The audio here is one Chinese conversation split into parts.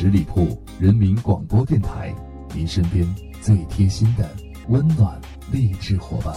十里铺人民广播电台，您身边最贴心的温暖励志伙伴。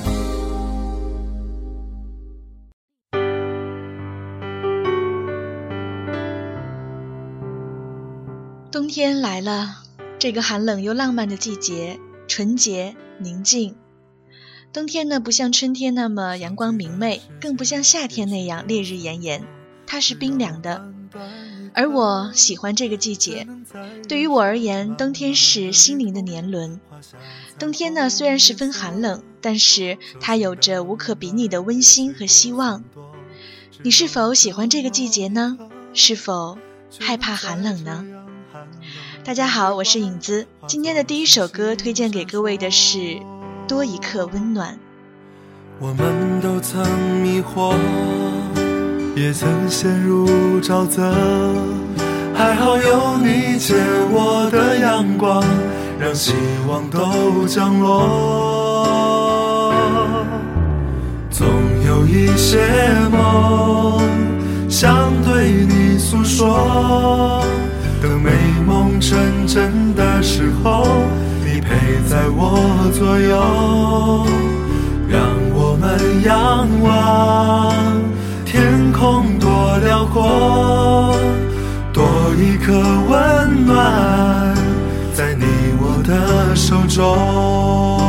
冬天来了，这个寒冷又浪漫的季节，纯洁宁静。冬天呢，不像春天那么阳光明媚，更不像夏天那样烈日炎炎，它是冰凉的。而我喜欢这个季节，对于我而言，冬天是心灵的年轮。冬天呢，虽然十分寒冷，但是它有着无可比拟的温馨和希望。你是否喜欢这个季节呢？是否害怕寒冷呢？大家好，我是影子。今天的第一首歌推荐给各位的是《多一刻温暖》。 我们都曾迷惑，也曾陷入沼泽，还好有你借我的阳光，让希望都降落。总有一些梦想对你诉说，等美梦成真的时候，你陪在我左右，让我们仰望天空多辽阔，多一颗温暖在你我的手中。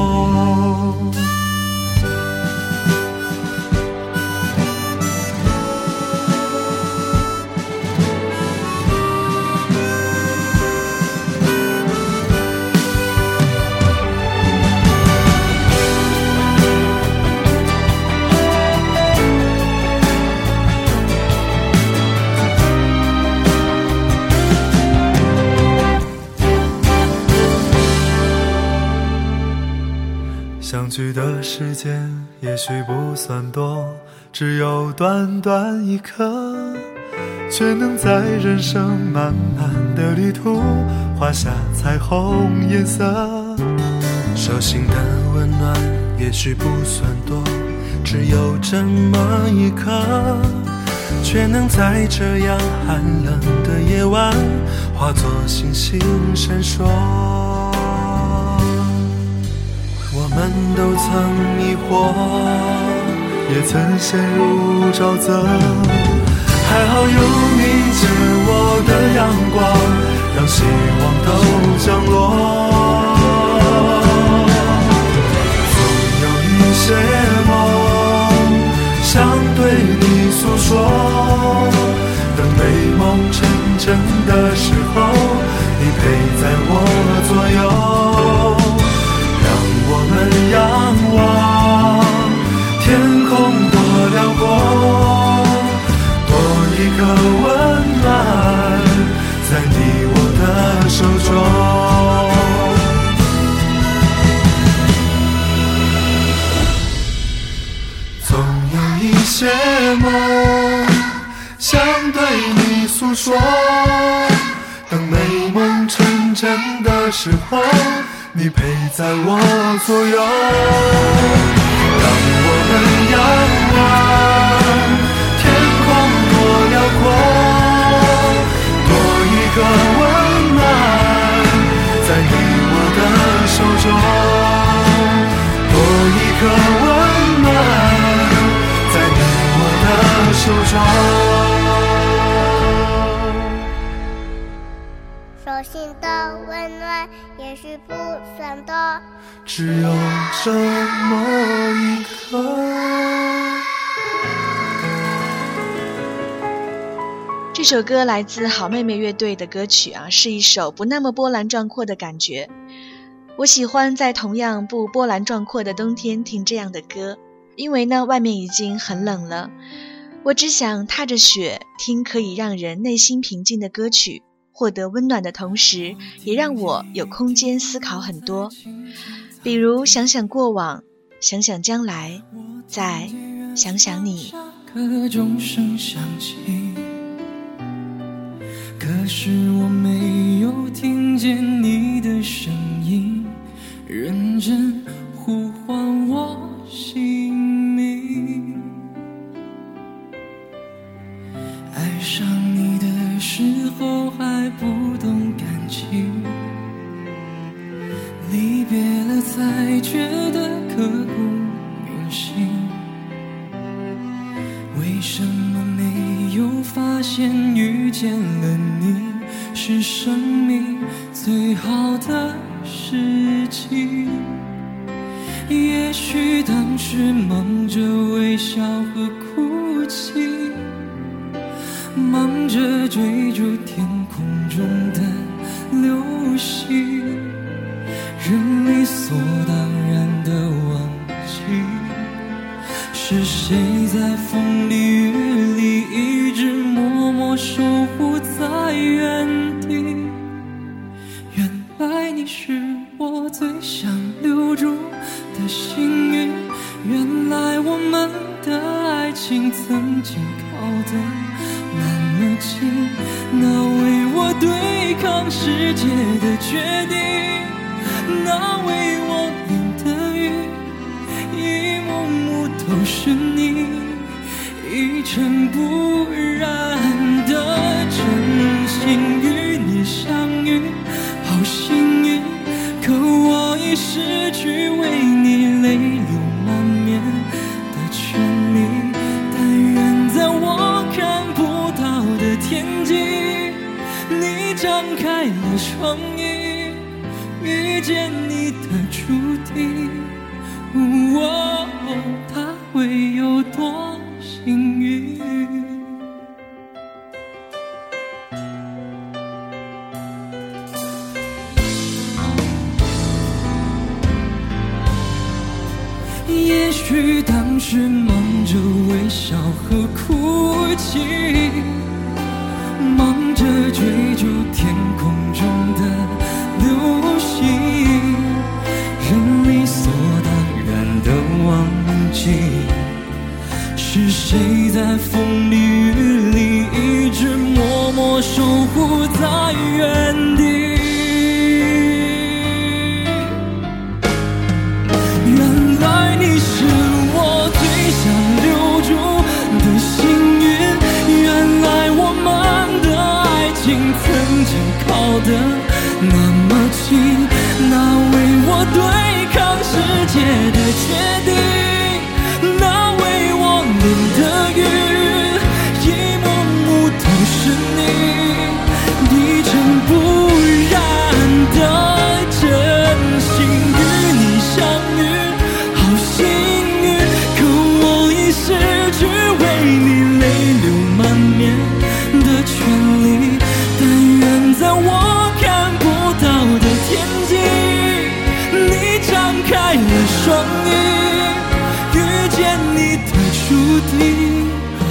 相聚的时间也许不算多，只有短短一刻，却能在人生漫漫的旅途画下彩虹颜色。手心的温暖也许不算多，只有这么一刻，却能在这样寒冷的夜晚化作星星闪烁。我们都曾迷惑，也曾陷入沼泽，还好有你借我的阳光，让希望都降落。总有一些梦想对你诉说，等美梦成真的时候，你陪在我左右，我们仰望天空多辽阔，多一颗温暖在你我的手中。总有一些梦想对你诉说，等美梦成真的时候，你陪在我左右，让我们仰望天空多辽阔，多一颗温暖在你我的手中，多一颗温暖在你我的手中。 手心的温暖也许不算多， 只有这么一刻。 这首歌来自好妹妹乐队的歌曲啊，是一首不那么波澜壮阔的感觉。我喜欢在同样不波澜壮阔的冬天听这样的歌，因为呢，外面已经很冷了，我只想踏着雪听可以让人内心平静的歌曲，获得温暖的同时，也让我有空间思考很多，比如想想过往，想想将来，再想想你。 各钟声响起，可是我没有听见你的声音，认真呼唤我姓名。爱上你的时候还不懂感情，离别了才觉得刻骨铭心。为什么没有发现遇见了你是生命最好的事情？也许当时忙着微笑和哭泣，忙着追逐天空中的流星，人理所当然的忘记，是谁在风里雨里一直默默守护在原地。原来你是我最想留住的幸运，原来我们的爱情曾经靠得那么近，那为我对抗世界的决定，那为我淋的雨，一幕幕都是你，一尘不染的真心与你相遇，好幸运，可我已失去为你泪流满面的权利。但愿在我看不到的天际，你张开了双翼，遇见你的注定。他会有多幸运？也许当时忙着微笑和哭泣，忙着追逐天空中的流星，人理所当然的忘记，是谁在风里雨里一直默默守护在原地。原来你是我最想留住的幸运，原来我们的爱情曾经靠得那么近，那为我对抗世界的决定，那为我淋的雨，一幕幕都是你，一尘不染的真心与你相遇，好幸运，可我已失去为你泪流满面的权利。但愿在我看不到的天际，你张开了双翼，遇见你的注定。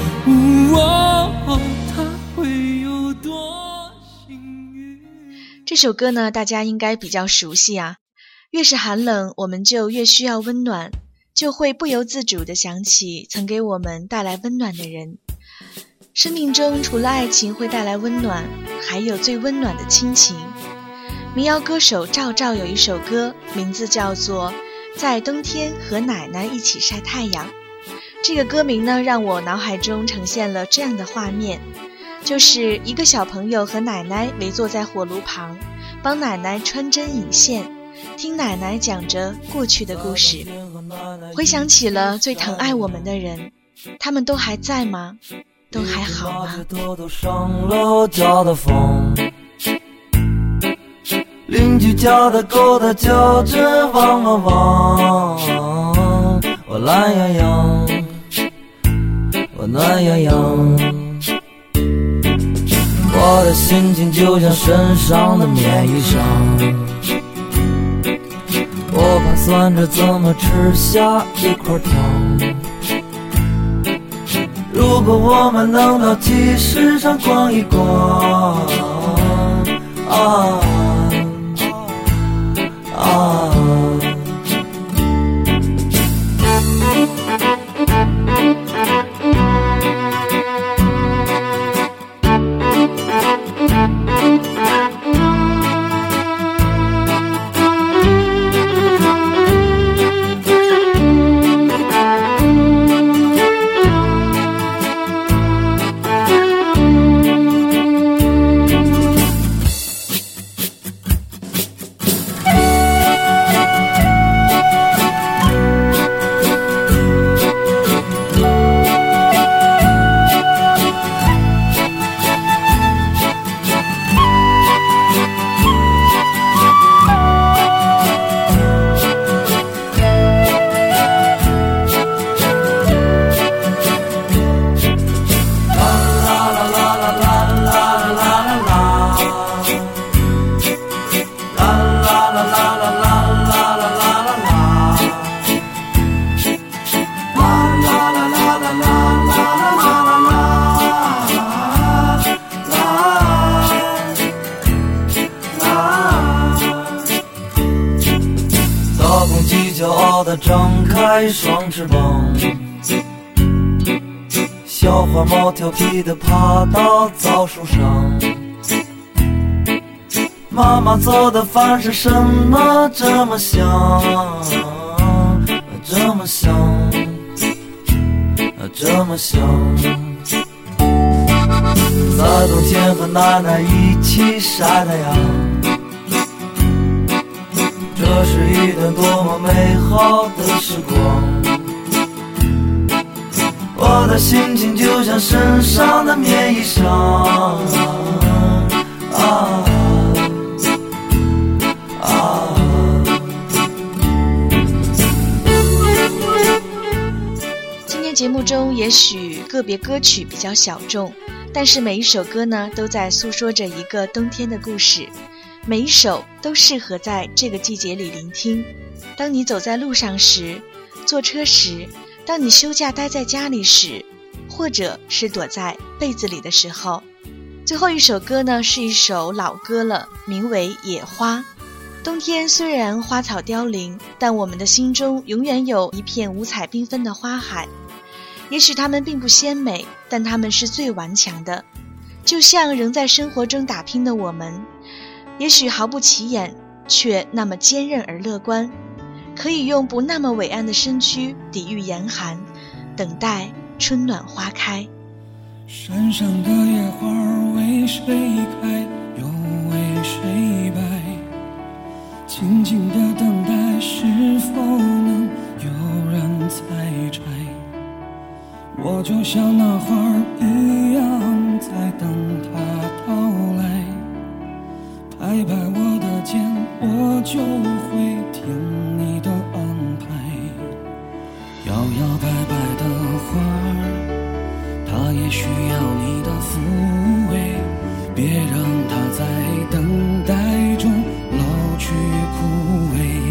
他会有多幸运？ 这首歌呢，大家应该比较熟悉啊。越是寒冷，我们就越需要温暖，就会不由自主地想起曾给我们带来温暖的人。生命中除了爱情会带来温暖，还有最温暖的亲情。民谣歌手赵照有一首歌，名字叫做《在冬天和奶奶一起晒太阳》。这个歌名呢，让我脑海中呈现了这样的画面，就是一个小朋友和奶奶围坐在火炉旁，帮奶奶穿针引线，听奶奶讲着过去的故事。回想起了最疼爱我们的人，他们都还在吗？都还好吗？ 偷偷上楼叫的风，邻居家的狗它叫着汪汪汪，我懒洋洋，我暖洋洋，我的心情就像身上的棉衣裳，我盘算着怎么吃下一块糖。如果我们能到集市上逛一逛， 地张开双翅膀，小花猫调皮地爬到枣树上。妈妈做的饭是什么这么香，这么香，这么香。在冬天和奶奶一起晒太阳，这是一段多么美好的时光。我的心情就像身上的棉衣裳啊。 今天节目中也许个别歌曲比较小众，但是每一首歌呢都在诉说着一个冬天的故事，每一首都适合在这个季节里聆听。当你走在路上时，坐车时，当你休假待在家里时，或者是躲在被子里的时候。最后一首歌呢是一首老歌了，名为《野花》。冬天虽然花草凋零，但我们的心中永远有一片五彩缤纷的花海。也许它们并不鲜美，但它们是最顽强的，就像仍在生活中打拼的我们，也许毫不起眼，却那么坚韧而乐观，可以用不那么伟岸的身躯抵御严寒，等待春暖花开。 山上的野花为谁开，又为谁败？静静的等待，是否能有人采摘？我就像那花一样，在等它到来。拍拍我的肩，我就会听你的安排。摇摇摆摆的花儿，它也需要你的抚慰，别让它在等待中老去枯萎。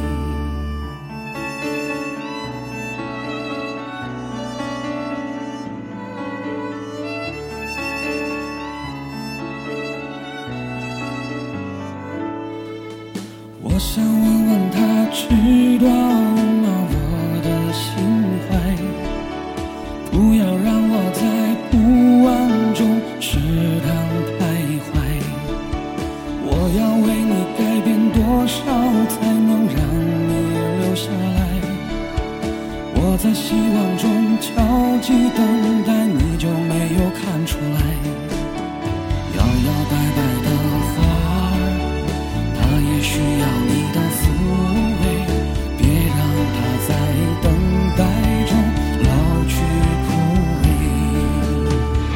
我想问问他知道吗我的心怀，不要让我在不安中试探徘徊。我要为你改变多少才能让你留下来？我在希望中焦急等待，你就没有看出来？摇摇摆摆的花它也需要你的抚慰，别让它在等待中老去枯萎。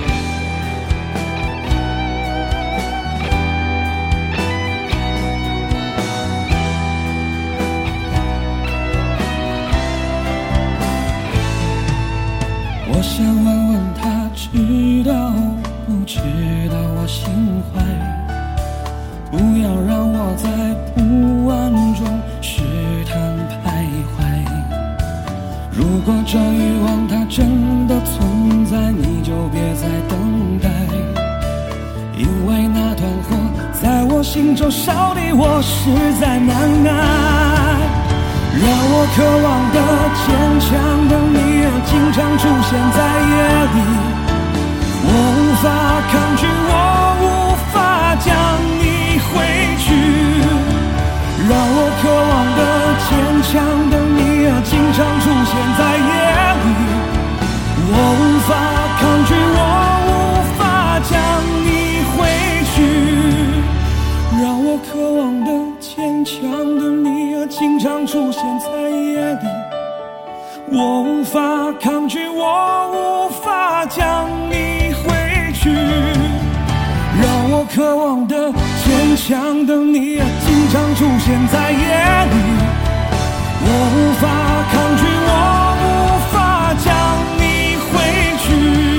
我想问问他知道不知道我心怀，不要让我在不安中试探徘徊。如果这欲望它真的存在，你就别再等待，因为那团火在我心中烧的我实在难耐。让我渴望的坚强的你经常出现在夜里，我无法抗拒，我无法将你回去。让我渴望的坚强的你经常出现在夜里，我无法抗拒，我无法将你回去。让我渴望的坚强的你经常出现在夜里，我无法抗拒，我无法将你回去。让我渴望的坚强的你经常出现在夜里，我无法抗拒，我无法将你回去。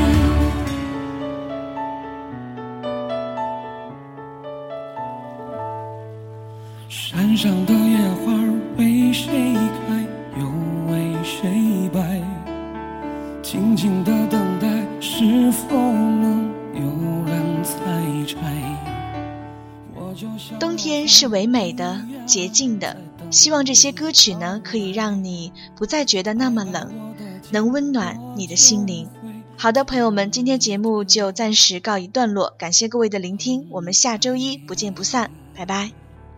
山上的野花为谁开，又为谁败？静静的等待，是否能有人采摘？ 冬天是唯美的、洁净的， 希望这些歌曲呢，可以让你不再觉得那么冷，能温暖你的心灵。好的，朋友们，今天节目就暂时告一段落，感谢各位的聆听，我们下周一不见不散，拜拜。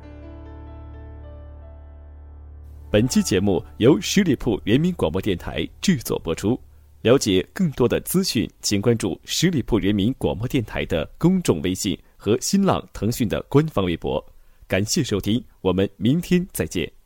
本期节目由十里铺人民广播电台制作播出。了解更多的资讯，请关注十里铺人民广播电台的公众微信和新浪、腾讯的官方微博。感谢收听，我们明天再见。